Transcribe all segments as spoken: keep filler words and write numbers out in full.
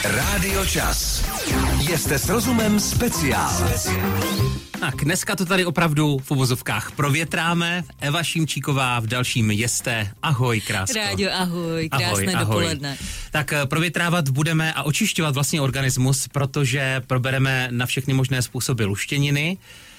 Rádio Čas. Jste s rozumem speciál. Tak dneska to tady opravdu v uvozovkách provětráme. Eva Šimčíková v dalším Jste. Ahoj, krásko. Rádio, ahoj, krásné ahoj, dopoledne. Ahoj. Tak provětrávat budeme a očišťovat vlastně organismus, protože probereme na všechny možné způsoby luštěniny.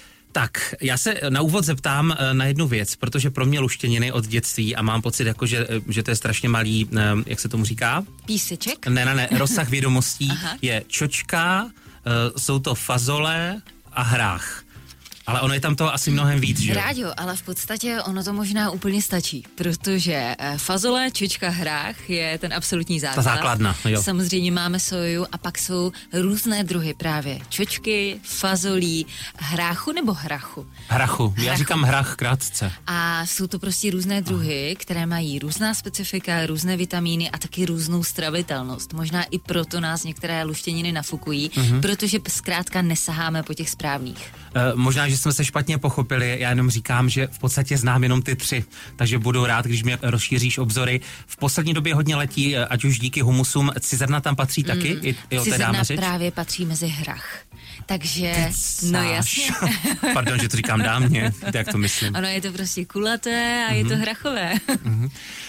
Tak, já se na úvod zeptám na jednu věc, protože pro mě luštěniny od dětství a mám pocit, jako, že, že to je strašně malý, jak se tomu říká? Píseček? Ne, ne, ne, rozsah vědomostí je čočka, jsou to fazole a hrách. Ale ono je tam toho asi mnohem víc, že? Rádio, ale v podstatě ono to možná úplně stačí, protože fazole, čočka, hrách je ten absolutní základ. Ta základna, jo. Samozřejmě máme soju a pak jsou různé druhy právě čočky, fazolí, hráchu nebo hrachu? Hrachu, hrachu. Já říkám hrach krátce. A jsou to prostě různé druhy, Aha. které mají různá specifika, různé vitamíny a taky různou stravitelnost. Možná i proto nás některé luštěniny nafukují, uh-huh. protože zkrátka nesaháme po těch správných. Uh, možná, že jsme se špatně pochopili, já jenom říkám, že v podstatě znám jenom ty tři, takže budu rád, když mě rozšíříš obzory. V poslední době hodně letí, ať už díky humusům, cizrna tam patří taky? Mm. I, i cizrna právě patří mezi hrach. Takže, no jasně. Pardon, že to říkám dámě, jak to myslím. Ono je to prostě kulaté a mm-hmm. je to hrachové. Mm-hmm.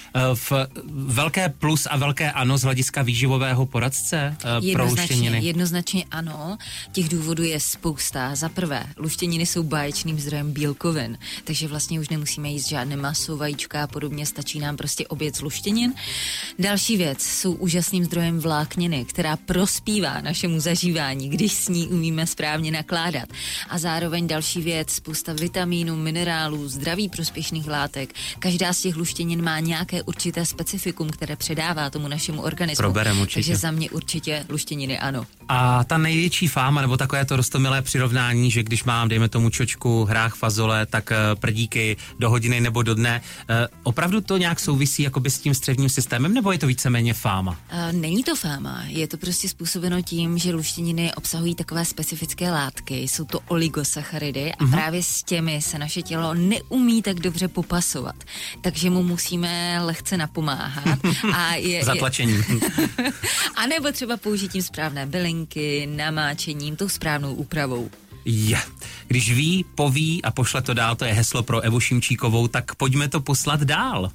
V velké plus a velké ano z hlediska výživového poradce pro luštěniny? Jednoznačně ano. Těch důvodů je spousta. Za prvé, luštěniny jsou báječným zdrojem bílkovin, takže vlastně už nemusíme jíst žádné maso, vajíčka a podobně, stačí nám prostě oběd z luštěnin. Další věc, jsou úžasným zdrojem vlákniny, která prospívá našemu zažívání, když s ní umíme správně nakládat. A zároveň další věc, spousta vitamínů, minerálů, zdraví prospěšných látek. Každá z těch luštěnin má nějaké určité specifikum, které předává tomu našemu organismu. Proberem určitě. Takže za mě určitě luštěniny ano. A ta největší fáma, nebo takové to roztomilé přirovnání, že když mám, dejme tomu čočku, hrách, fazole, tak prdíky do hodiny nebo do dne, opravdu to nějak souvisí jakoby s tím střevním systémem, nebo je to víceméně fáma? Není to fáma, je to prostě způsobeno tím, že luštěniny obsahují takové specifické látky, jsou to oligosacharidy a mm-hmm. právě s těmi se naše tělo neumí tak dobře popasovat. Takže mu musíme lehce napomáhat. A je, Zatlačením. A nebo třeba použitím správné bylinky, namáčením, tou správnou úpravou. Je. Yeah. Když ví, poví a pošle to dál, to je heslo pro Evu Šimčíkovou, tak pojďme to poslat dál.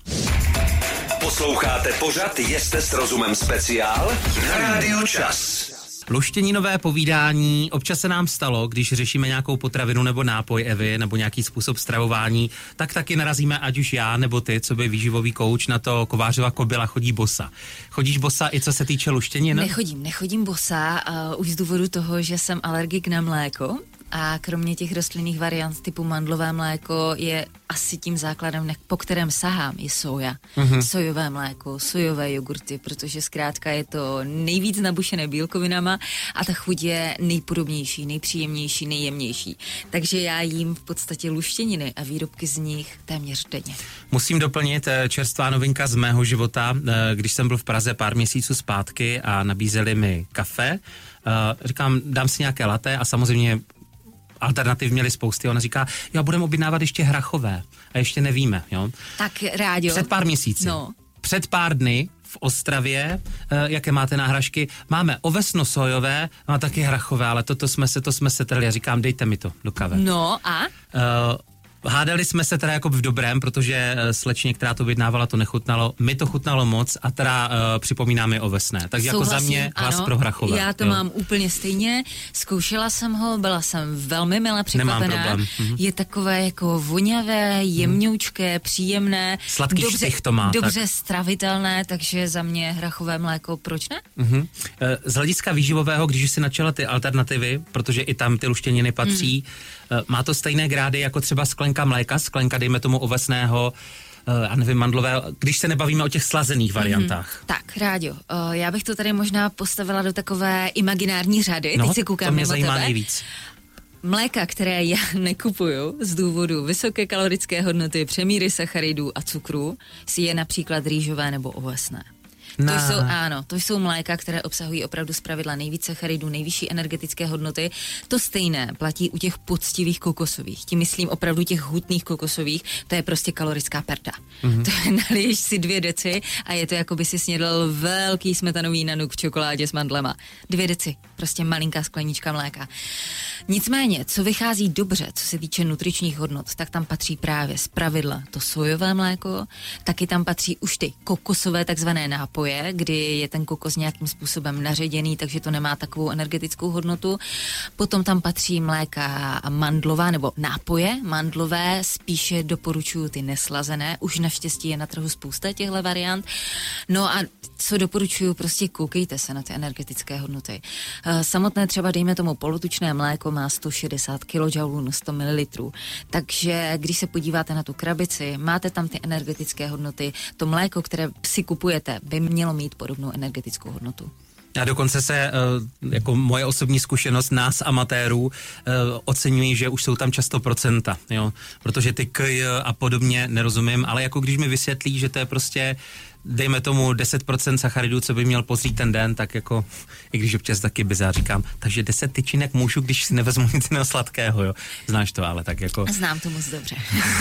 Posloucháte pořad Jste s rozumem speciál na Rádiu Čas. Luštěninové povídání, občas se nám stalo, když řešíme nějakou potravinu nebo nápoj Evy, nebo nějaký způsob stravování, tak taky narazíme, ať už já nebo ty, co by výživový kouč, na to Kovářova kobyla chodí bosa. Chodíš bosa i co se týče luštěnin? Nechodím, nechodím bosa, uh, už z důvodu toho, že jsem alergik na mléko. A kromě těch rostlinných variant typu mandlové mléko je asi tím základem, po kterém sahám, je soja. Mm-hmm. Sojové mléko, sojové jogurty, protože zkrátka je to nejvíc nabušené bílkovinama a ta chuť je nejpodobnější, nejpříjemnější, nejjemnější. Takže já jím v podstatě luštěniny a výrobky z nich téměř denně. Musím doplnit čerstvá novinka z mého života, když jsem byl v Praze pár měsíců zpátky a nabízeli mi kafe. Říkám, dám si nějaké latte a samozřejmě alternativ měli spousty. Ona říká, jo, budeme objednávat ještě hrachové. A ještě nevíme, jo. Tak rádio. Před pár měsíci. No. Před pár dny v Ostravě, eh, jaké máte náhražky, máme ovesno-sojové, a taky hrachové, ale toto jsme se, to jsme se trhli. Já říkám, dejte mi to do kave. No a? Uh, Hádali jsme se teda jako v dobrém, protože slečně, která to objednávala, to nechutnalo. Mi to chutnalo moc a teda uh, připomínáme ovesné. Takže jako za mě hlas ano, pro hrachové. Já to jo. mám úplně stejně. Zkoušela jsem ho, byla jsem velmi milé překvapená. Nemám problém. Mhm. Je takové jako voňavé, jemňoučké, příjemné. Sladký dobře, štych to má. Dobře tak. stravitelné, takže za mě hrachové mléko, proč ne? Mhm. Z hlediska výživového, když si načala ty alternativy, protože i tam ty luštěniny patří, mm. má to stejné grády jako třeba sklenka mléka, sklenka dejme tomu ovesného, já nevím, mandlového, když se nebavíme o těch slazených variantách. Mm, tak, Ráďo, já bych to tady možná postavila do takové imaginární řady, no, teď si koukám to mě mimo zajímá tebe. nejvíc. Mléka, které já nekupuju z důvodu vysoké kalorické hodnoty, přemíry sacharidů a cukru, si je například rýžové nebo ovesné. To jsou, ano, to jsou mléka, které obsahují opravdu zpravidla nejvíce sacharidů, nejvyšší energetické hodnoty. To stejné platí u těch poctivých kokosových. Tím myslím opravdu těch hutných kokosových, to je prostě kalorická perda. Mm-hmm. To je, naliješ si dvě deci a je to, jako by si snědl velký smetanový nanuk v čokoládě s mandlema. Dvě deci, prostě malinká sklenička mléka. Nicméně, co vychází dobře, co se týče nutričních hodnot, tak tam patří právě zpravidla to sojové mléko, taky tam patří už ty kokosové takzvané nápoje, kdy je ten kokos nějakým způsobem naředěný, takže to nemá takovou energetickou hodnotu. Potom tam patří mléka mandlová nebo nápoje mandlové, spíše doporučuju ty neslazené, už naštěstí je na trhu spousta těchto variant. No a co doporučuju, prostě koukejte se na ty energetické hodnoty. Samotné třeba dejme tomu polotučné mléko má sto šedesát kilojoulů na sto mililitrů, takže když se podíváte na tu krabici, máte tam ty energetické hodnoty, to mléko, které si kupujete, by mělo mít podobnou energetickou hodnotu. A dokonce se, jako moje osobní zkušenost nás amatérů, oceňují, že už jsou tam často procenta, jo, protože ty K a podobně nerozumím, ale jako když mi vysvětlí, že to je prostě dejme tomu deset procent sacharidů, co by měl pozřít ten den, tak jako, i když občas taky bizár říkám, takže deset tyčinek můžu, když si nevezmu nic jiného sladkého, jo. Znáš to, ale tak jako... Znám to moc dobře.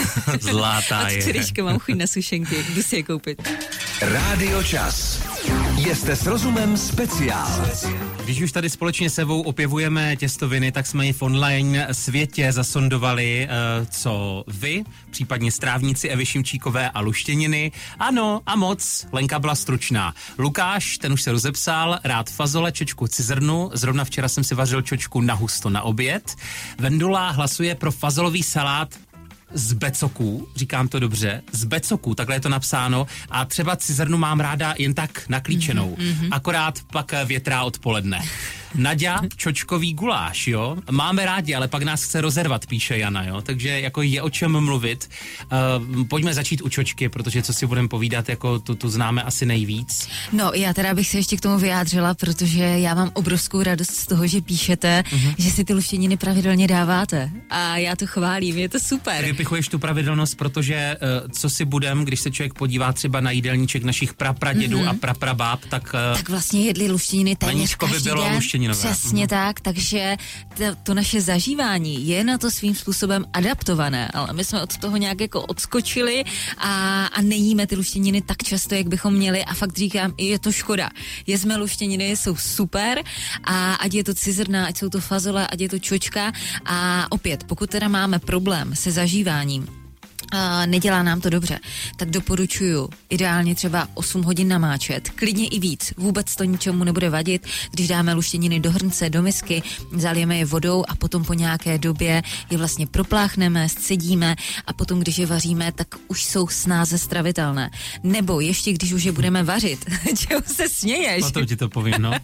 Zlatá je. Od včerejška mám chuť na sušenky, jdu si je koupit. Rádio Čas. Jste s rozumem speciál. Když už tady společně s Evou opěvujeme těstoviny, tak jsme i v online světě zasondovali, uh, co vy, případně strávníci Evy Šimčíkové a luštěniny. Ano, a moc. Lenka byla stručná. Lukáš, ten už se rozepsal, rád fazole, čočku cizrnu, zrovna včera jsem si vařil čočku na husto na oběd. Vendula hlasuje pro fazolový salát z becoků, říkám to dobře, z becoků, takhle je to napsáno, a třeba cizrnu mám ráda jen tak naklíčenou, mm-hmm. akorát pak větrá odpoledne. Naďa, čočkový guláš, jo, máme rádi, ale pak nás chce rozervat, píše Jana, jo, takže jako je o čem mluvit. Uh, pojďme začít u čočky, protože co si budeme povídat, jako tu, tu známe asi nejvíc. No, já teda bych se ještě k tomu vyjádřila, protože já mám obrovskou radost z toho, že píšete, mm-hmm. že si ty luštěniny pravidelně dáváte a já to chválím, je to super. Vypichuješ tu pravidelnost, protože uh, co si budem, když se člověk podívá třeba na jídelníček našich prapradědů mm-hmm. a praprabáb, tak... Uh, tak vlastně jedli luštěniny téměř každý by bylo den. Luštěninové. Přesně mm. tak, takže to, to naše zažívání je na to svým způsobem adaptované, ale my jsme od toho nějak jako odskočili a, a nejíme ty luštěniny tak často, jak bychom měli, a fakt říkám, je to škoda. Jezme luštěniny, jsou super, a ať je to cizrna, ať jsou to fazole, ať je to čočka, a opět, pokud teda máme problém se zažíváním, a nedělá nám to dobře, tak doporučuju ideálně třeba osm hodin namáčet, klidně i víc, vůbec to ničemu nebude vadit, když dáme luštěniny do hrnce, do misky, zalijeme je vodou a potom po nějaké době je vlastně propláchneme, scedíme a potom, když je vaříme, tak už jsou snáze stravitelné. Nebo ještě, když už je budeme vařit, čeho se směješ? Potom ti to povím, no.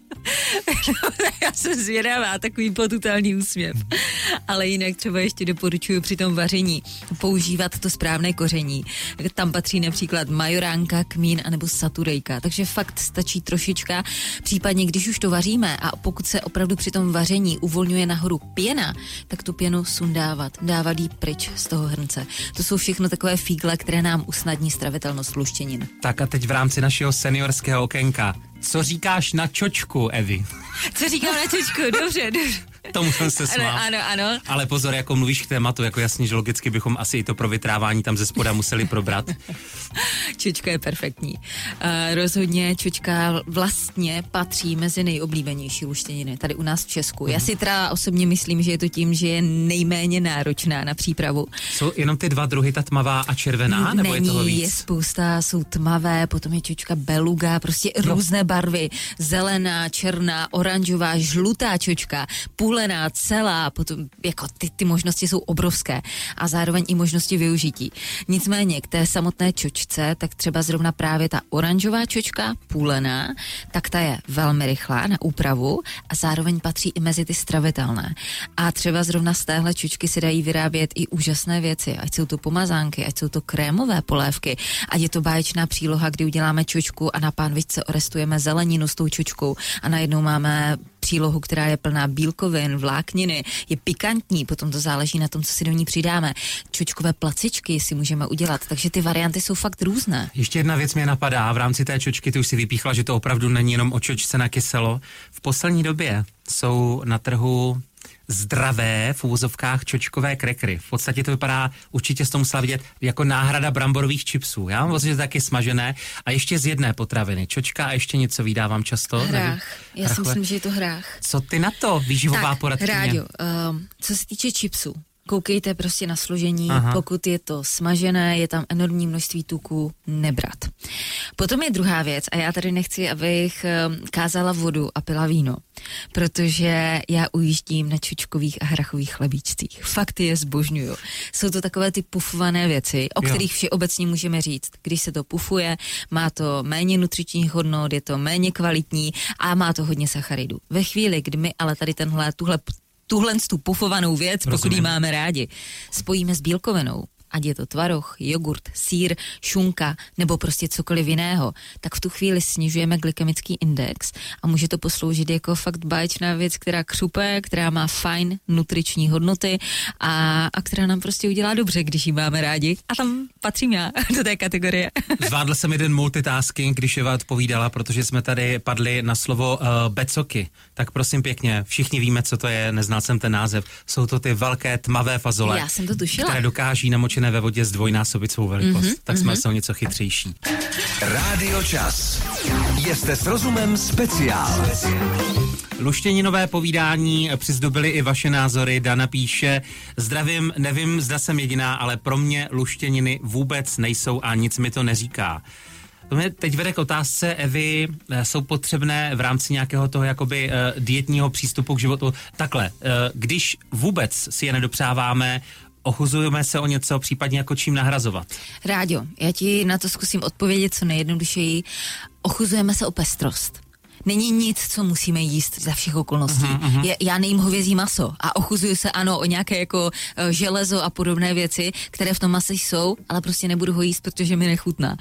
Já jsem zvědavá, takový potutální úsměv. Ale jinak třeba ještě doporučuju při tom vaření používat to správné koření. Tam patří například majoránka, kmín anebo saturejka, takže fakt stačí trošička, případně když už to vaříme a pokud se opravdu při tom vaření uvolňuje nahoru pěna, tak tu pěnu sundávat, dávat jí pryč z toho hrnce. To jsou všechno takové fígle, které nám usnadní stravitelnost luštěnin. Tak a teď v rámci našeho seniorského okénka, co říkáš na čočku, Evi? Co říkám na čočku? Dobře, dobře. Tomu jsem se smál. Ano, ano, ano. Ale pozor, jako mluvíš k tématu, jako jasně, že logicky bychom asi i to provytrávání tam ze spoda museli probrat. Čočka je perfektní. Uh, rozhodně čočka vlastně patří mezi nejoblíbenější luštěniny tady u nás v Česku. Mm. Já si teda osobně myslím, že je to tím, že je nejméně náročná na přípravu. Jsou jenom ty dva druhy, ta tmavá a červená, nebo Není, je toho víc? Je spousta, jsou tmavé, potom je čočka beluga, prostě no. různé barvy, zelená, černá, oranžová, žlutá čočka, půlená, celá, potom jako ty, ty možnosti jsou obrovské a zároveň i možnosti využití. Nicméně k té samotné čočce, tak třeba zrovna právě ta oranžová čočka, půlená, tak ta je velmi rychlá na úpravu a zároveň patří i mezi ty stravitelné. A třeba zrovna z téhle čočky se dají vyrábět i úžasné věci, ať jsou to pomazánky, ať jsou to krémové polévky, ať je to báječná příloha, kdy uděláme čočku a na pánvičce orestujeme zeleninu s tou čočkou a najednou máme přílohu, která je plná bílkovin, vlákniny, je pikantní, potom to záleží na tom, co si do ní přidáme. Čočkové placičky si můžeme udělat, takže ty varianty jsou fakt různé. Ještě jedna věc mě napadá, v rámci té čočky, ty už si vypíchla, že to opravdu není jenom o čočce na kyselo. V poslední době jsou na trhu zdravé v úvozovkách čočkové krekry. V podstatě to vypadá, určitě z toho musela vidět, jako náhrada bramborových chipsů. Já mám vlastně, že to taky smažené a ještě z jedné potraviny. Čočka a ještě něco vydávám často. Hrách. Nevím, Já si myslím, že je to hrách. Co ty na to, výživová poradkyně? Ráďo, um, co se týče chipsů, koukejte prostě na složení, Aha. pokud je to smažené, je tam enormní množství tuku, nebrat. Potom je druhá věc a já tady nechci, abych kázala vodu a pila víno, protože já ujíždím na čočkových a hrachových chlebíčcích. Fakt je zbožňuju. Jsou to takové ty pufované věci, o kterých jo. všeobecně můžeme říct, když se to pufuje, má to méně nutričních hodnot, je to méně kvalitní a má to hodně sacharidů. Ve chvíli, kdy my ale tady tenhle, tuhle tuhle tu pufovanou věc, Rozumím. pokud ji máme rádi, spojíme s bílkovinou, ať je to tvaroh, jogurt, sýr, šunka nebo prostě cokoliv jiného, tak v tu chvíli snižujeme glykemický index a může to posloužit jako fakt báječná věc, která křupe, která má fajn nutriční hodnoty a, a která nám prostě udělá dobře, když ji máme rádi. A tam patřím já do té kategorie. Zvládl jsem jeden multitasking, když Eva odpovídala, protože jsme tady padli na slovo uh, becoky. Tak prosím pěkně, všichni víme, co to je, neznal jsem ten název. Jsou to ty velké tmavé fazole, Já jsem to tušila. které dokáží namočené ve vodě zdvojnásobit svou velikost. Mm-hmm, tak jsme mm-hmm. se o něco chytřejší. Rádio Čas. Jste s rozumem speciál. Luštěninové povídání přizdobily i vaše názory. Dana píše, zdravím, nevím, zda jsem jediná, ale pro mě luštěniny vůbec nejsou a nic mi to neříká. To mě teď vede k otázce, Evy, jsou potřebné v rámci nějakého toho jakoby uh, dietního přístupu k životu. Takhle, uh, když vůbec si je nedopřáváme, ochuzujeme se o něco, případně jako čím nahrazovat? Ráďo, já ti na to zkusím odpovědět co nejjednodušeji. Ochuzujeme se o pestrost. Není nic, co musíme jíst za všech okolností. Uh-huh, uh-huh. Je, já nejím hovězí maso a ochuzuju se, ano, o nějaké jako uh, železo a podobné věci, které v tom mase jsou, ale prostě nebudu ho jíst, protože mi nechutná.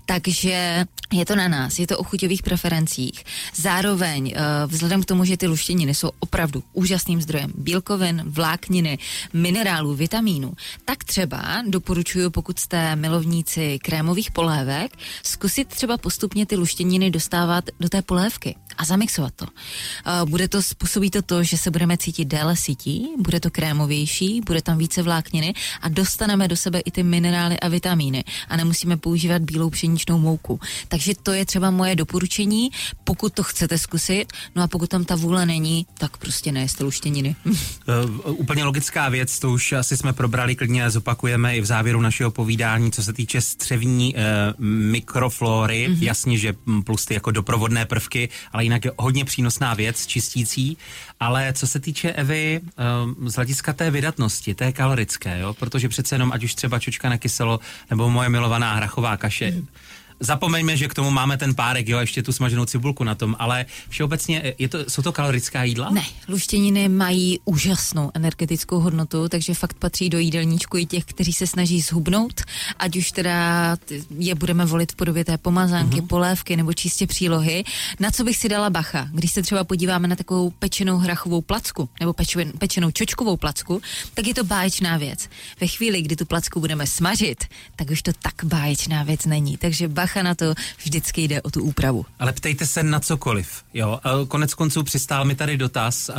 Takže je to na nás, je to o chuťových preferencích. Zároveň, uh, vzhledem k tomu, že ty luštěniny jsou opravdu úžasným zdrojem bílkovin, vlákniny, minerálů, vitamínů, tak třeba doporučuji, pokud jste milovníci krémových polévek, zkusit třeba postupně ty luštěniny dostávat do té polévky a zamixovat to. Uh, bude to, způsobí to to, že se budeme cítit déle sytí, bude to krémovější, bude tam více vlákniny a dostaneme do sebe i ty minerály a vitamíny a nemusíme používat bílou pšeničnou mouku. Takže to je třeba moje doporučení, pokud to chcete zkusit, no a pokud tam ta vůle není, tak prostě nejeste luštěniny. Uh, úplně logická věc, to už asi jsme probrali, klidně zopakujeme i v závěru našeho povídání, co se týče střevní uh, mikroflory, mm-hmm. jasně, že plus ty jako doprovodné prvky, ale jinak je hodně přínosná věc, čistící, ale co se týče, Evy, z hlediska té vydatnosti, té kalorické, jo, protože přece jenom, ať už třeba čočka na kyselo, nebo moje milovaná hrachová kaše, mm. Zapomeňme, že k tomu máme ten párek, jo, ještě tu smaženou cibulku na tom, ale všeobecně je to, jsou to kalorická jídla? Ne, luštěniny mají úžasnou energetickou hodnotu, takže fakt patří do jídelníčku i těch, kteří se snaží zhubnout, ať už teda je budeme volit v podobě té pomazánky, uh-huh. polévky nebo čistě přílohy. Na co bych si dala bacha? Když se třeba podíváme na takovou pečenou hrachovou placku nebo pečen, pečenou čočkovou placku, tak je to báječná věc. Ve chvíli, kdy tu placku budeme smažit, tak už to tak báječná věc není. Takže bacha na to, vždycky jde o tu úpravu. Ale ptejte se na cokoliv, jo. Konec konců přistál mi tady dotaz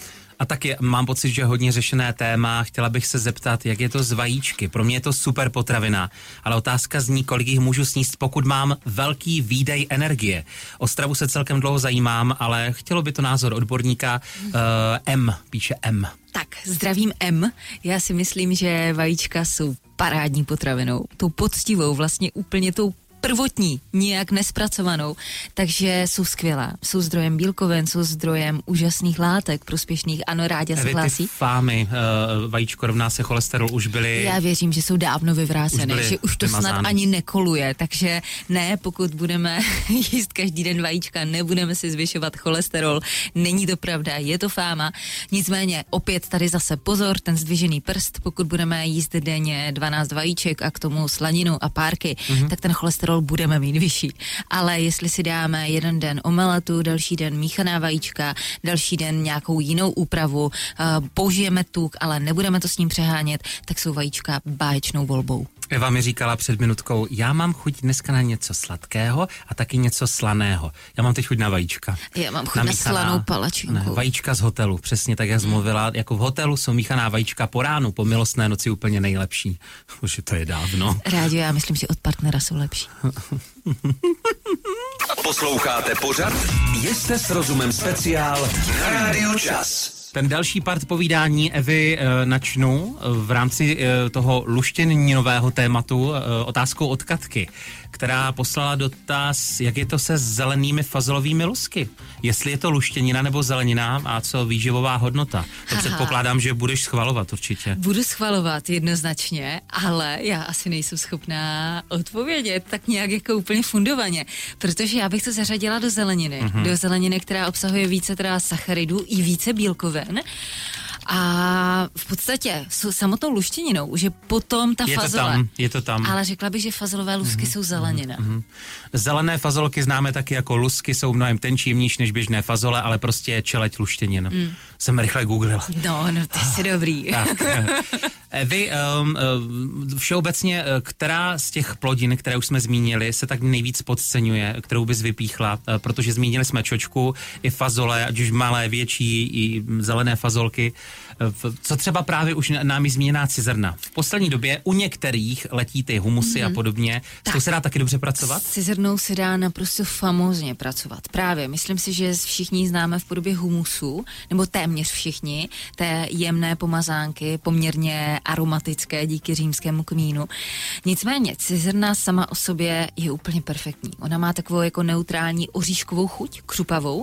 a taky mám pocit, že je hodně řešené téma. Chtěla bych se zeptat, jak je to s vajíčky. Pro mě je to super potravina, ale otázka zní, kolik jich můžu sníst, pokud mám velký výdej energie. O stravu se celkem dlouho zajímám, ale chtělo by to názor odborníka. Uh, M, píše M. Tak, zdravím M. Já si myslím, že vajíčka jsou parádní potravinou. Tou poctivou, vlastně úplně tou prvotní, nijak nespracovanou, takže jsou skvělá. Jsou zdrojem bílkovin, jsou zdrojem úžasných látek, prospěšných. Ano, Ráďa se hlásí. Ty fámy, uh, vajíčko rovná se cholesterol, už byly... Já věřím, že jsou dávno vyvrácené, už že už to vymazány. Snad ani nekoluje, takže ne, pokud budeme jíst každý den vajíčka, nebudeme si zvyšovat cholesterol, není to pravda, je to fáma. Nicméně, opět tady zase pozor, ten zdvižený prst, pokud budeme jíst denně dvanáct vajíček a k tomu slaninu a párky, mm-hmm. tak ten cholesterol cholesterol budeme mít vyšší. Ale jestli si dáme jeden den omeletu, další den míchaná vajíčka, další den nějakou jinou úpravu, uh, použijeme tuk, ale nebudeme to s ním přehánět, tak jsou vajíčka báječnou volbou. Eva mi říkala před minutkou, já mám chuť dneska na něco sladkého a taky něco slaného. Já mám teď chuť na vajíčka. Já mám chuť na, na slanou palačinku. Ne, vajíčka z hotelu, přesně tak, jak zmluvila. Jako v hotelu jsou míchaná vajíčka po ránu, po milostné noci úplně nejlepší. Už to je dávno. Rádi, já myslím, že od partnera jsou lepší. Posloucháte pořad Jste s rozumem speciál na Rádiu Čas. Ten další part povídání Evy e, načnu v rámci e, toho luštěninového tématu e, otázkou od Katky, která poslala dotaz, jak je to se zelenými fazolovými lusky. Jestli je to luštěnina nebo zelenina a co výživová hodnota. To Aha. předpokládám, že budeš schvalovat určitě. Budu schvalovat jednoznačně, ale já asi nejsem schopná odpovědět tak nějak jako úplně fundovaně, protože já bych to zařadila do zeleniny. Mm-hmm. Do zeleniny, která obsahuje více teda sacharidů i více bílkovin. A v podstatě s samotnou luštěninou už je potom ta je fazole. To tam, je to tam. Ale řekla bych, že fazolové lusky mm-hmm. jsou zelenina. Mm-hmm. Zelené fazolky známe taky jako lusky, jsou mnohem tenčí, jemnější než běžné fazole, ale prostě je čeleď luštěnin. Mm. Jsem rychle googlila. No, no, ty jsi dobrý. Tak. Vy, um, um, všeobecně, která z těch plodin, které už jsme zmínili, se tak nejvíc podceňuje, kterou bys vypíchla, protože zmínili jsme čočku, i fazole, ať už malé, větší, i zelené fazolky. Co třeba právě už námi zmíněná cizrna. V poslední době u některých letí ty humusy mm-hmm. a podobně. S tou se dá taky dobře pracovat? S cizrnou se dá naprosto famózně pracovat. Právě, myslím si, že všichni známe v podobě humusu, nebo téměř všichni, té jemné pomazánky, poměrně aromatické díky římskému kmínu. Nicméně, cizrna sama o sobě je úplně perfektní. Ona má takovou jako neutrální oříškovou chuť, křupavou,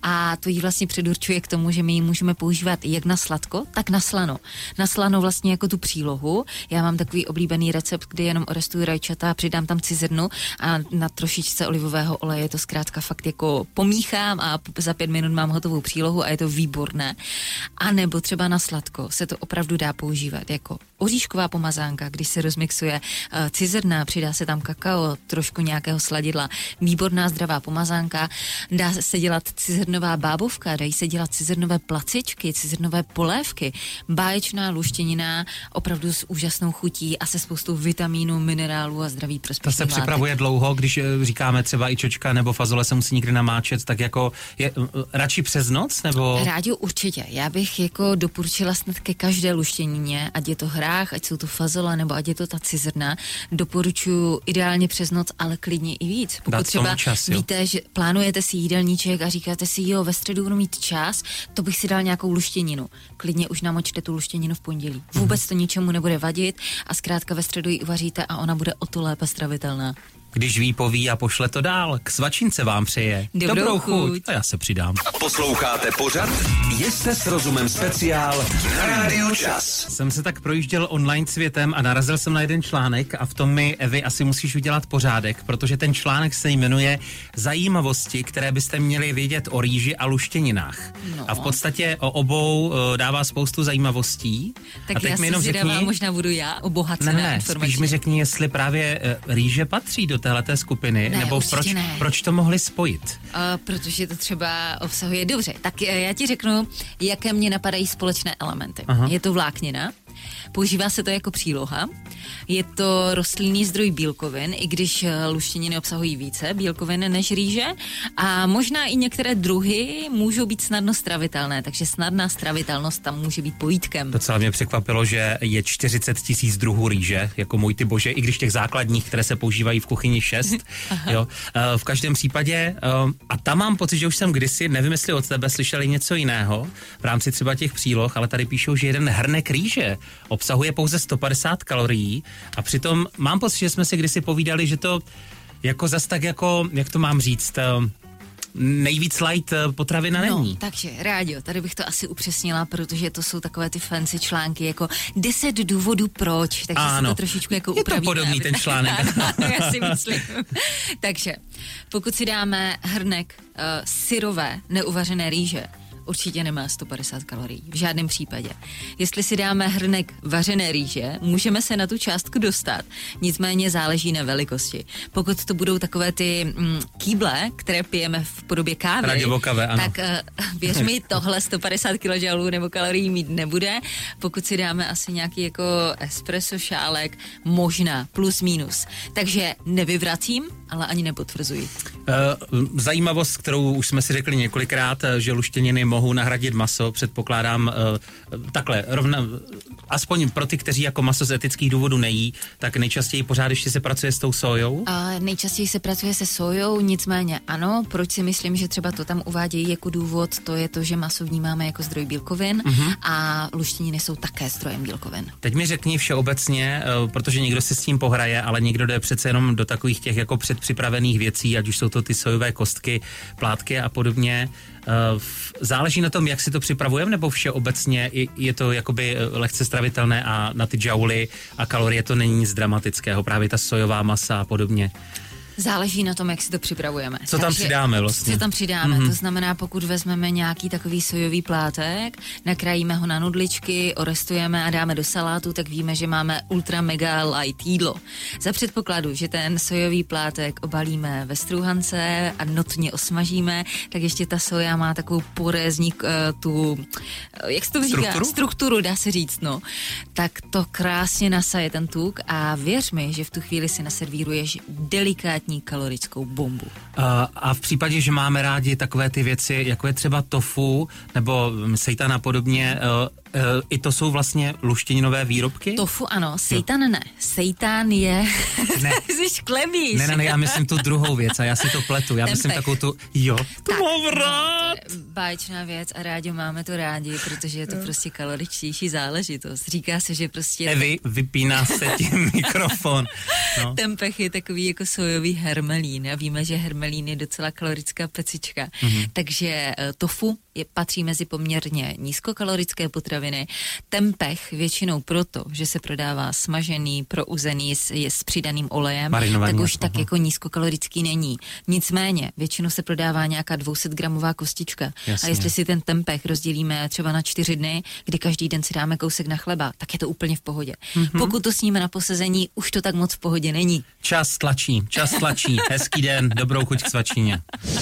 a to jí vlastně předurčuje k tomu, že my ji můžeme používat jak na sladko, tak na slano. Na slano vlastně jako tu přílohu. Já mám takový oblíbený recept, kdy jenom orestuju rajčata, přidám tam cizrnu a na trošičce olivového oleje to zkrátka fakt jako pomíchám a za pět minut mám hotovou přílohu a je to výborné. A nebo třeba na sladko se to opravdu dá používat jako oříšková pomazánka, když se rozmixuje uh, cizrna, přidá se tam kakao, trošku nějakého sladidla. Výborná zdravá pomazánka. Dá se dělat cizrnová bábovka, dají se dělat cizrnové placičky, cizrnové polévky. Báječná luštěnina, opravdu s úžasnou chutí a se spoustou vitamínů, minerálů a zdraví prospěšných látek. To se připravuje dlouho, když říkáme třeba i čočka nebo fazole se musí někdy namáčet, tak jako je uh, radši přes noc, nebo? Rádio určitě. Já bych jako doporučila snad ke každé luštěnině, ať je to hrách, ať jsou to fazole, nebo ať je to ta cizrna. Doporučuji ideálně přes noc, ale klidně i víc. Pokud třeba čas, víte, že plánujete si jídelníček a říkáte si, jo, ve středu budu mít čas, to bych si dal nějakou luštěninu. Klidně už namočte tu luštěninu v pondělí. Vůbec mm-hmm. to ničemu nebude vadit a zkrátka ve středu ji uvaříte a ona bude o to lépe stravitelná. Když ví, poví a pošle to dál. K svačince vám přeje. Dobrou, Dobrou chuť. chuť. A já se přidám. Posloucháte pořad Jste s rozumem speciál na Rádiu Čas. Jsem se tak projížděl online světem a narazil jsem na jeden článek a v tom mi, Evi, asi musíš udělat pořádek, protože ten článek se jmenuje Zajímavosti, které byste měli vědět o rýži a luštěninách. No. A v podstatě o obou uh, dává spoustu zajímavostí. Tak a teď já mi jenom se zvědavá, možná budu já obohacená ne, ne, informačně. Spíš mi řekni, jestli právě uh, rýže patří do téhleté skupiny, ne, nebo proč, ne. proč to mohli spojit? Uh, protože to třeba obsahuje dobře. Tak já ti řeknu, jaké mě napadají společné elementy. Aha. Je to vláknina, používá se to jako příloha, je to rostlinný zdroj bílkovin, i když luštěniny obsahují více bílkovin než rýže, a možná i některé druhy můžou být snadno stravitelné, takže snadná stravitelnost tam může být pojítkem. Docela mě překvapilo, že je čtyřicet tisíc druhů rýže, jako můj ty bože, i když těch základních, které se používají v kuchyni šest. Jo. V každém případě, a tam mám pocit, že už jsem kdysi, nevím, jestli od tebe slyšeli něco jiného, v rámci třeba těch příloh, ale tady píšou, že jeden hrnek rýže obsahuje pouze sto padesát kalorií a přitom mám pocit, že jsme si kdysi povídali, že to jako zas tak jako, jak to mám říct, nejvíc light potravina není. No, takže rádio, tady bych to asi upřesnila, protože to jsou takové ty fancy články jako deset důvodů proč, takže ano, se to trošičku jako je upravíme. Je to podobný ten článek. Ano, já si myslím. Takže, pokud si dáme hrnek uh, syrové, neuvařené rýže, určitě nemá sto padesát kalorií. V žádném případě. Jestli si dáme hrnek vařené rýže, můžeme se na tu částku dostat. Nicméně záleží na velikosti. Pokud to budou takové ty mm, kýble, které pijeme v podobě kávy, kave, ano. tak uh, věř mi, tohle sto padesát kilojoulů nebo kalorií mít nebude. Pokud si dáme asi nějaký jako espresso šálek, možná plus minus. Takže nevyvracím, ale ani nepotvrzuji. Zajímavost, kterou už jsme si řekli několikrát, že luštěniny mohou nahradit maso, předpokládám takhle, rovna, aspoň pro ty, kteří jako maso z etických důvodů nejí, tak nejčastěji pořád ještě se pracuje s tou sojou? A nejčastěji se pracuje se sojou, nicméně ano, proč si myslím, že třeba to tam uvádějí jako důvod, to je to, že maso vnímáme jako zdroj bílkovin mm-hmm. a luštěniny jsou také zdrojem bílkovin. Teď mi řekni všeobecně, protože někdo si s tím pohraje, ale někdo jde přece jenom do takových těch jako předpřipravených věcí, ať už jsou to ty sojové kostky, plátky a podobně. Záleží na tom, jak si to připravujeme, nebo všeobecně je to jakoby lehce stravitelné a na ty džauly a kalorie to není nic dramatického, právě ta sojová masa a podobně. Záleží na tom, jak si to připravujeme. Co tam Takže, přidáme vlastně? Co tam přidáme, mm-hmm. to znamená, pokud vezmeme nějaký takový sojový plátek, nakrájíme ho na nudličky, orestujeme a dáme do salátu, tak víme, že máme ultra mega light jídlo. Za předpokladu, že ten sojový plátek obalíme ve strůhance a notně osmažíme, tak ještě ta soja má takovou porézní uh, tu, jak se to říká? Strukturu? Strukturu, dá se říct, no. Tak to krásně nasaje ten tuk a věř mi, že v tu chvíli si naservíruješ delikátní kalorickou bombu. Uh, a v případě, že máme rádi takové ty věci, jako je třeba tofu nebo seitan a podobně, uh, uh, i to jsou vlastně luštěninové výrobky? Tofu ano, seitan jo. ne. Seitan je... Ne. Jsi šklebíš. Ne, ne, ne, já myslím tu druhou věc a já si to pletu. Já Tempeh. myslím takovou tu... Jo, to tak, mám rád. Báječná věc a rádi máme to rádi, protože je to prostě kaloričtější záležitost. Říká se, že prostě... Evi, vypíná se tím mikrofon. No. Tempeh je takový jako sojový hermelín a víme, že hermelín je docela kalorická pecička. Mm-hmm. Takže tofu je, patří mezi poměrně nízkokalorické potraviny. Tempeh většinou proto, že se prodává smažený, prouzený, je s přidaným olejem, marinovaný, tak už aha. tak jako nízkokalorický není. Nicméně většinou se prodává nějaká dvě stě gramová kostička. Jasně. A jestli si ten tempeh rozdělíme třeba na čtyři dny, kdy každý den si dáme kousek na chleba, tak je to úplně v pohodě. Mm-hmm. Pokud to sníme na posezení, už to tak moc v pohodě není. Čas tlačí, čas tlačí. Hezký den, dobrou chuť k svačině.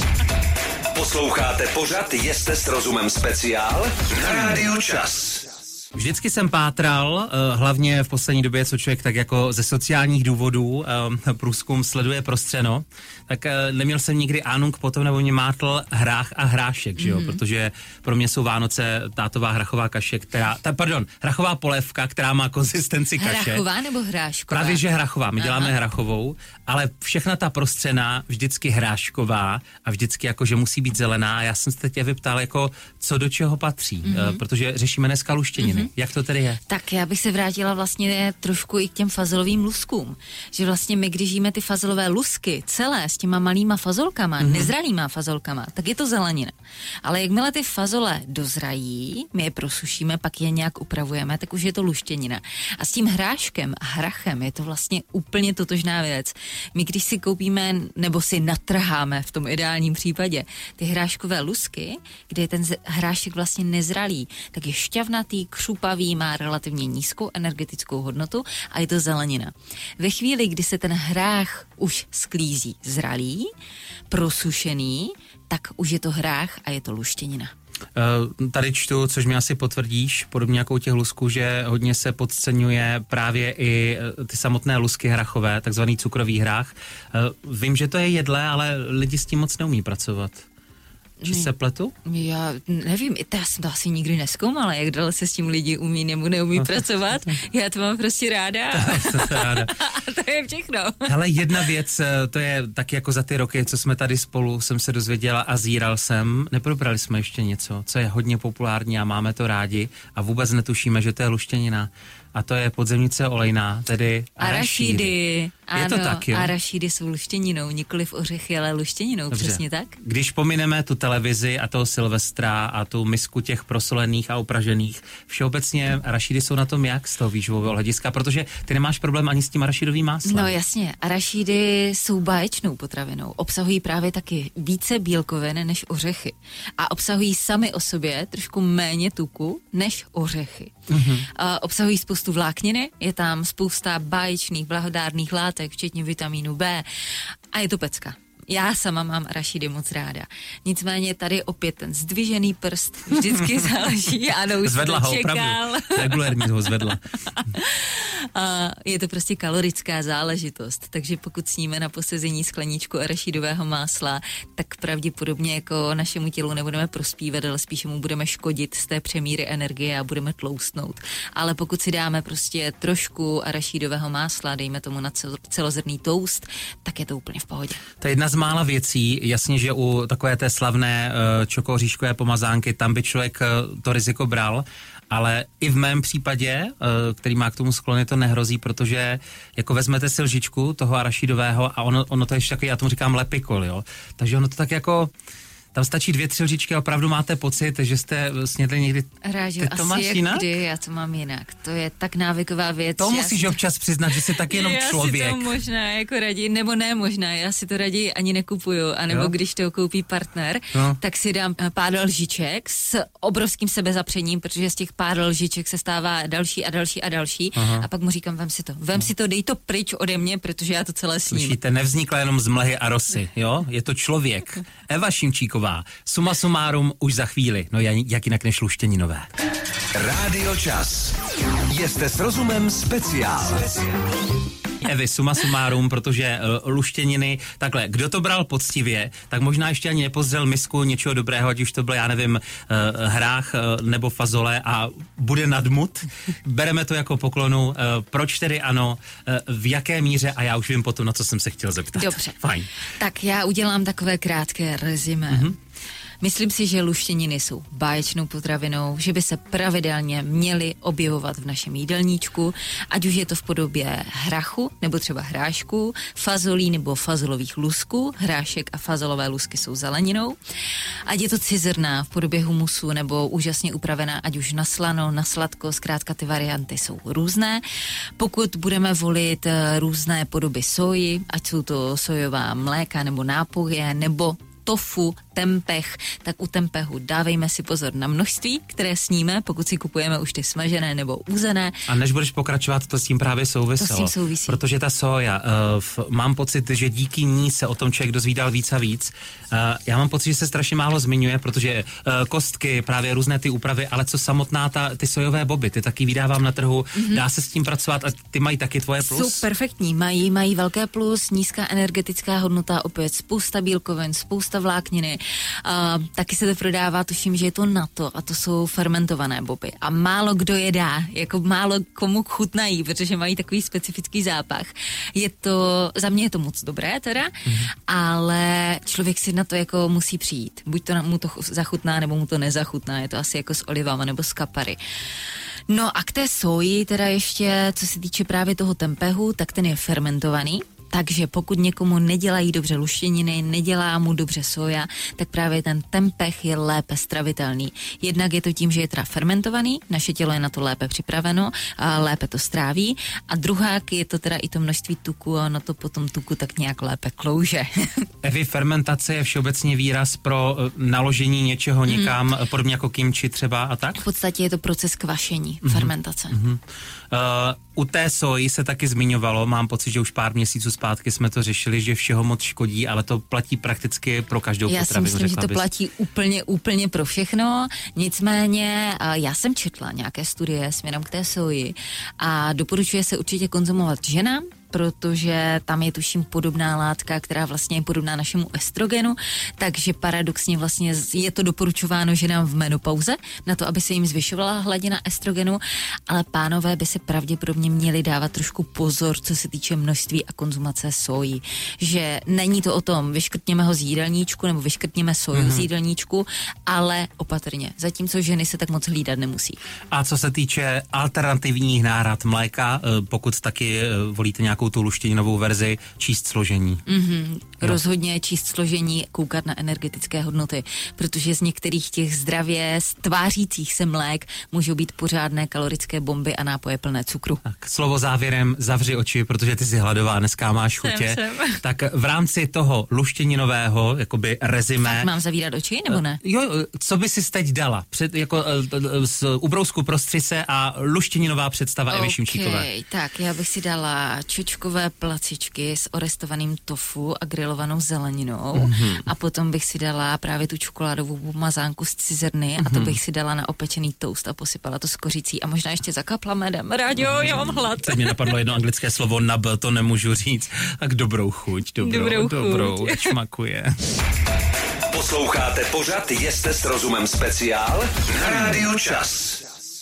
Posloucháte pořad Jeste s rozumem speciál na Rádiu Čas. Vždycky jsem pátral, hlavně v poslední době, co člověk tak jako ze sociálních důvodů průzkum sleduje prostřeno, tak neměl jsem nikdy ánunk potom, nebo mě mátl hrách a hrášek, že jo, mm. protože pro mě jsou Vánoce tátová hrachová kaše, která, ta, pardon, hrachová polévka, která má konzistenci kaše. Hrachová nebo hrášková? Právě, že hrachová, my děláme Aha. hrachovou, ale všechna ta prostřena vždycky hrášková a vždycky jako, že musí být zelená. Já jsem se tě vyptal, jako, co do čeho patří, mm-hmm. protože řešíme dneska luštěniny. Mm-hmm. Jak to tedy je? Tak já bych se vrátila vlastně trošku i k těm fazolovým luskům. Že vlastně my, když jíme ty fazolové lusky celé s těma malýma fazolkama, mm-hmm. nezralýma fazolkama, tak je to zelenina. Ale jakmile ty fazole dozrají, my je prosušíme, pak je nějak upravujeme, tak už je to luštěnina. A s tím hráškem a hrachem je to vlastně úplně totožná věc. My, když si koupíme nebo si natrháme v tom ideálním případě ty hráškové lusky, kde je ten hrášek vlastně nezralý, tak je šťavnatý, křupavý, má relativně nízkou energetickou hodnotu a je to zelenina. Ve chvíli, kdy se ten hrách už sklízí zralý, prosušený, tak už je to hrách a je to luštěnina. Uh, tady čtu, což mi asi potvrdíš, podobně jako u těch lusků, že hodně se podceňuje právě i ty samotné lusky hrachové, takzvaný cukrový hrách. Uh, vím, že to je jedlé, ale lidi s tím moc neumí pracovat. Či se pletu? Já nevím, já jsem to asi nikdy nezkoumala, jak dál se s tím lidi umí nebo neumí pracovat. Já to mám prostě ráda. ráda. A to je všechno. Hele, jedna věc, to je taky jako za ty roky, co jsme tady spolu, jsem se dozvěděla a zíral jsem. Neprobrali jsme ještě něco, co je hodně populární a máme to rádi a vůbec netušíme, že to je luštěnina. A to je podzemnice olejná, tedy arašídy. Ano, je to tak, jo. arašídy jsou luštěninou, nikoliv ořechy, ale luštěninou, dobře. Přesně tak. Když pomineme tu televizi a toho Silvestra a tu misku těch prosolených a upražených, všeobecně arašídy jsou na tom jak z toho výživového hlediska, protože ty nemáš problém ani s tím arašídovým máslem. No jasně, arašídy jsou báječnou potravinou, obsahují právě taky více bílkovin než ořechy a obsahují sami o sobě trošku méně tuku než ořechy. Mm-hmm. A obsahují spoustu vlákniny, je tam spousta báječných blahodárných látek, včetně vitamínu B a je to pecka. Já sama mám arašídy moc ráda. Nicméně tady opět ten zdvižený prst vždycky záleží. Ano, už zvedla ho, čekal. Opravdu. Regulérně ho zvedla. A je to prostě kalorická záležitost, takže pokud sníme na posezení skleničku arašídového másla, tak pravděpodobně jako našemu tělu nebudeme prospívat, ale spíše mu budeme škodit z té přemíry energie a budeme tloustnout. Ale pokud si dáme prostě trošku arašídového másla, dejme tomu na celozrnný toast, tak je to úplně v pohodě. To je jedna z mála věcí, jasně, že u takové té slavné uh, čokoříškové pomazánky, tam by člověk uh, to riziko bral, ale i v mém případě, uh, který má k tomu sklony, to nehrozí, protože jako vezmete si lžičku toho arašídového a ono, ono to je ještě takový, já tomu říkám lepikol, jo, takže ono to tak jako... Tam stačí dvě, tři lžičky a opravdu máte pocit, že jste snědli někdy... Rážu, ty to asi máš jak jinak? kdy, já to mám jinak. To je tak návyková věc. To musíš si... občas přiznat, že jsi taky jenom já člověk. Já si to možná jako raději, nebo ne možná, já si to raději ani nekupuju, anebo jo? Když to koupí partner, no. Tak si dám pár lžiček s obrovským sebezapřením, protože z těch pár lžiček se stává další a další a další. Aha. A pak mu říkám, vem si to, vem si to, dej to pryč ode mě, protože já to celé sním. Slyšíte, nevznikla jenom z mlhy a rosy, jo? Je to člověk. Eva Šimčíková, suma sumárum už za chvíli, no jak jinak než luštěninové. Rádio Čas. Jste s rozumem speciál. Evy, suma sumárum, protože uh, luštěniny, takhle, kdo to bral poctivě, tak možná ještě ani nepozřel misku něčeho dobrého, ať už to byl, já nevím, uh, hrách uh, nebo fazole a bude nadmut. Bereme to jako poklonu. Uh, proč tedy ano, uh, v jaké míře a já už vím potom, na co jsem se chtěl zeptat. Dobře. Fajn. Tak já udělám takové krátké rezime. Mm-hmm. Myslím si, že luštěniny jsou báječnou potravinou, že by se pravidelně měly objevovat v našem jídelníčku, ať už je to v podobě hrachu nebo třeba hrášku, fazolí nebo fazolových lusků. Hrášek a fazolové lusky jsou zeleninou. Ať je to cizrna v podobě humusu nebo úžasně upravená, ať už na slano, na sladko, zkrátka ty varianty jsou různé. Pokud budeme volit různé podoby soji, ať jsou to sojová mléka nebo nápoje nebo tofu, tempeh, tak u tempehu dávejme si pozor na množství, které sníme, pokud si kupujeme už ty smažené nebo uzené. A než budeš pokračovat, to s tím právě souviselo. To s tím souvisí. Protože ta soja, uh, v, mám pocit, že díky ní se o tom člověk dozvídal víc a víc. Uh, já mám pocit, že se strašně málo zmiňuje, protože uh, kostky, právě různé ty úpravy, ale co samotná ta, ty sojové boby, ty taky vydávám na trhu, mm-hmm. dá se s tím pracovat a ty mají taky tvoje plus? Jsou perfektní, mají, mají velké plus, nízká energetická hodnota, opět spousta bílkovin, spousta vlákniny. Uh, taky se to prodává, tuším, že je to NATO a to jsou fermentované boby. A málo kdo je dá, jako málo komu chutnají, protože mají takový specifický zápach. Je to, za mě je to moc dobré teda, mm-hmm. ale člověk si na to jako musí přijít. Buď to mu to zachutná, nebo mu to nezachutná. Je to asi jako s olivama nebo s kapary. No a k té soji teda ještě, co se týče právě toho tempehu, tak ten je fermentovaný. Takže pokud někomu nedělají dobře luštěniny, nedělá mu dobře soja, tak právě ten tempeh je lépe stravitelný. Jednak je to tím, že je teda fermentovaný, naše tělo je na to lépe připraveno, a lépe to stráví. A druhák je to teda i to množství tuku a ono to potom tuku tak nějak lépe klouže. Evi, fermentace je všeobecně výraz pro uh, naložení něčeho někam, mm. podobně jako kimči třeba a tak? V podstatě je to proces kvašení, mm-hmm. fermentace. Mm-hmm. Uh, u té soji se taky zmiňovalo, mám pocit, že už pár měsíců zpátky jsme to řešili, že všeho moc škodí, ale to platí prakticky pro každou já potravinu. Já si myslím, že to bys. platí úplně, úplně pro všechno, nicméně uh, já jsem četla nějaké studie směrem k té soji a doporučuje se určitě konzumovat ženám, protože tam je tuším podobná látka, která vlastně je podobná našemu estrogenu, takže paradoxně vlastně je to doporučováno ženám v menopauze, na to, aby se jim zvyšovala hladina estrogenu, ale pánové by se pravděpodobně měli dávat trošku pozor, co se týče množství a konzumace soji. Že není to o tom, vyškrtněme ho z jídelníčku nebo vyškrtněme soju mm-hmm. z jídelníčku, ale opatrně. Zatímco ženy se tak moc hlídat nemusí. A co se týče alternativních náhrad mléka, pokud taky volíte nějakou nějakou tu luštěninovou verzi, číst složení. Mm-hmm. Rozhodně číst složení, koukat na energetické hodnoty, protože z některých těch zdravě tvářících se mlék můžou být pořádné kalorické bomby a nápoje plné cukru. Tak, slovo závěrem, zavři oči, protože ty jsi hladová, dneska máš chutě. Jsem, jsem. Tak v rámci toho luštěninového, jakoby rezime... Mám zavírat oči, nebo ne? Jo, co by si teď dala? Před, jako z ubrousku prostři se a luštěninová představa Evy Šimčíkové. Tak já bych si dala čočkové placičky s orestovaným tofu a grilovanou zeleninou mm-hmm. a potom bych si dala právě tu čokoládovou pomazánku z cizrny mm-hmm. a to bych si dala na opečený toast a posypala to s kořicí a možná ještě zakapla medem. Rádio, mm-hmm. já mám hlad. Teď mě napadlo jedno anglické slovo nub, to nemůžu říct. Tak dobrou chuť, dobrou, dobrou, dobrou chuť. Čmakuje. Posloucháte pořad Jeste s rozumem speciál na Rádiu Čas.